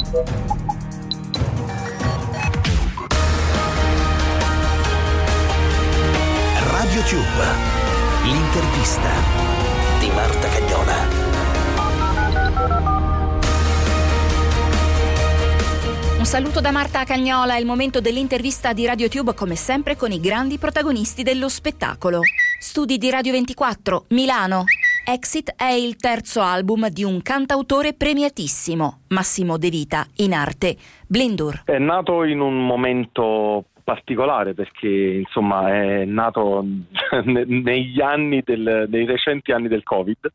Radio Tube, l'intervista di Marta Cagnola. Un saluto da Marta Cagnola, è il momento dell'intervista di Radio Tube, come sempre con i grandi protagonisti dello spettacolo. Studi di Radio 24, Milano. Exit è il terzo album di un cantautore premiatissimo, Massimo De Vita, in arte Blindur. È nato in un momento particolare perché insomma è nato nei recenti anni del Covid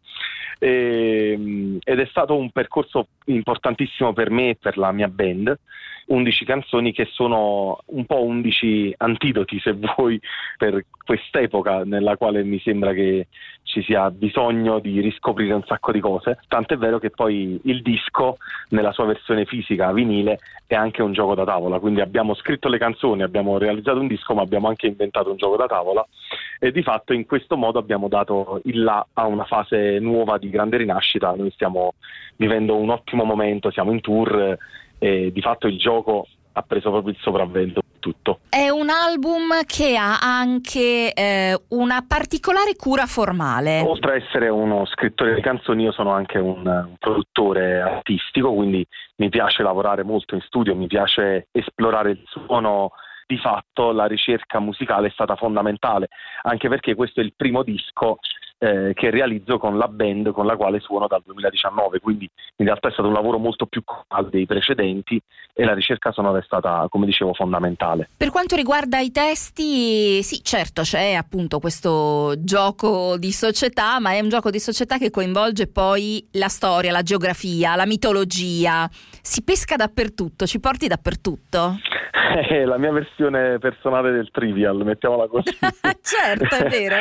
ed è stato un percorso importantissimo per me e per la mia band. 11 canzoni che sono un po' 11 antidoti, se vuoi, per quest'epoca nella quale mi sembra che ci sia bisogno di riscoprire un sacco di cose, tant'è vero che poi il disco nella sua versione fisica vinile è anche un gioco da tavola, quindi abbiamo scritto le canzoni, abbiamo realizzato un disco, ma abbiamo anche inventato un gioco da tavola e di fatto in questo modo abbiamo dato il là a una fase nuova di grande rinascita. Noi stiamo vivendo un ottimo momento, siamo in tour e di fatto il gioco ha preso proprio il sopravvento tutto. È un album che ha anche una particolare cura formale. Oltre a essere uno scrittore di canzoni, io sono anche un produttore artistico, quindi mi piace lavorare molto in studio, mi piace esplorare il suono. Di fatto la ricerca musicale è stata fondamentale, anche perché questo è il primo disco che realizzo con la band con la quale suono dal 2019, quindi in realtà è stato un lavoro molto più corale dei precedenti e la ricerca sonora è stata, come dicevo, fondamentale. Per quanto riguarda i testi, sì, certo, c'è appunto questo gioco di società, ma è un gioco di società che coinvolge poi la storia, la geografia, la mitologia, si pesca dappertutto, ci porti dappertutto. La mia versione personale del Trivial, mettiamola così. Certo, è vero.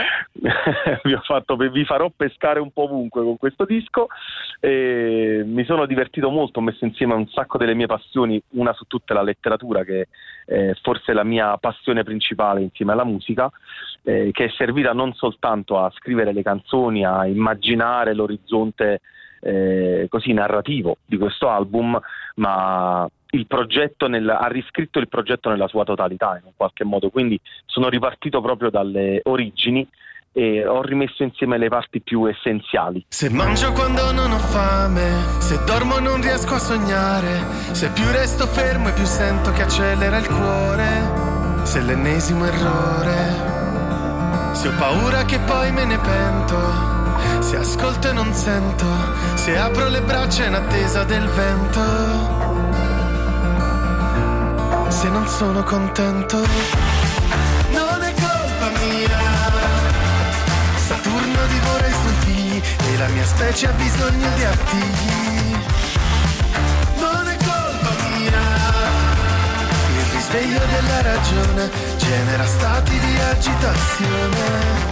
Vi farò pescare un po' ovunque con questo disco e mi sono divertito molto, ho messo insieme un sacco delle mie passioni, una su tutte la letteratura, che è forse la mia passione principale insieme alla musica, che è servita non soltanto a scrivere le canzoni, a immaginare l'orizzonte così narrativo di questo album, ma il progetto ha riscritto il progetto nella sua totalità in un qualche modo, quindi sono ripartito proprio dalle origini e ho rimesso insieme le parti più essenziali. Se mangio quando non ho fame, se dormo non riesco a sognare, se più resto fermo e più sento che accelera il cuore, se l'ennesimo errore, se ho paura che poi me ne pento, se ascolto e non sento, se apro le braccia in attesa del vento, se non sono contento, non è colpa mia. Saturno divora i suoi figli e la mia specie ha bisogno di artigli. Non è colpa mia. Il risveglio della ragione genera stati di agitazione.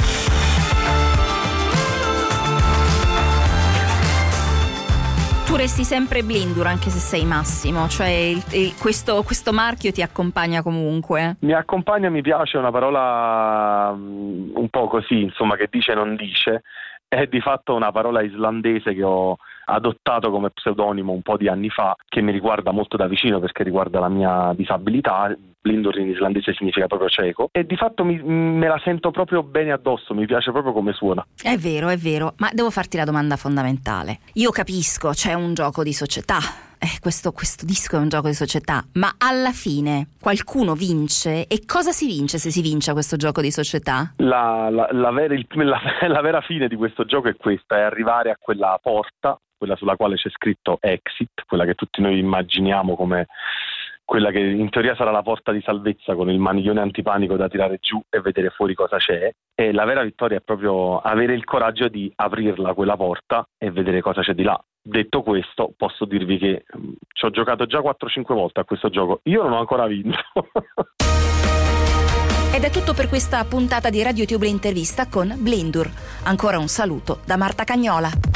Tu resti sempre Blindur anche se sei Massimo, cioè questo marchio ti accompagna comunque? Mi accompagna, mi piace, è una parola un po' così, insomma, che dice non dice, è di fatto una parola islandese che ho adottato come pseudonimo un po' di anni fa, che mi riguarda molto da vicino perché riguarda la mia disabilità. Blindur in islandese significa proprio cieco e di fatto me la sento proprio bene addosso, mi piace proprio come suona. È vero, ma devo farti la domanda fondamentale. Io capisco, c'è un gioco di società, questo disco è un gioco di società, ma alla fine qualcuno vince, e cosa si vince se si vince a questo gioco di società? La vera fine di questo gioco è questa, è arrivare a quella porta, quella sulla quale c'è scritto Exit, quella che tutti noi immaginiamo come quella che in teoria sarà la porta di salvezza con il maniglione antipanico da tirare giù e vedere fuori cosa c'è, e la vera vittoria è proprio avere il coraggio di aprirla quella porta e vedere cosa c'è di là. Detto questo, posso dirvi che ci ho giocato già 4-5 volte a questo gioco, io non ho ancora vinto. Ed è tutto per questa puntata di Radio Tube Intervista con Blindur. Ancora un saluto da Marta Cagnola.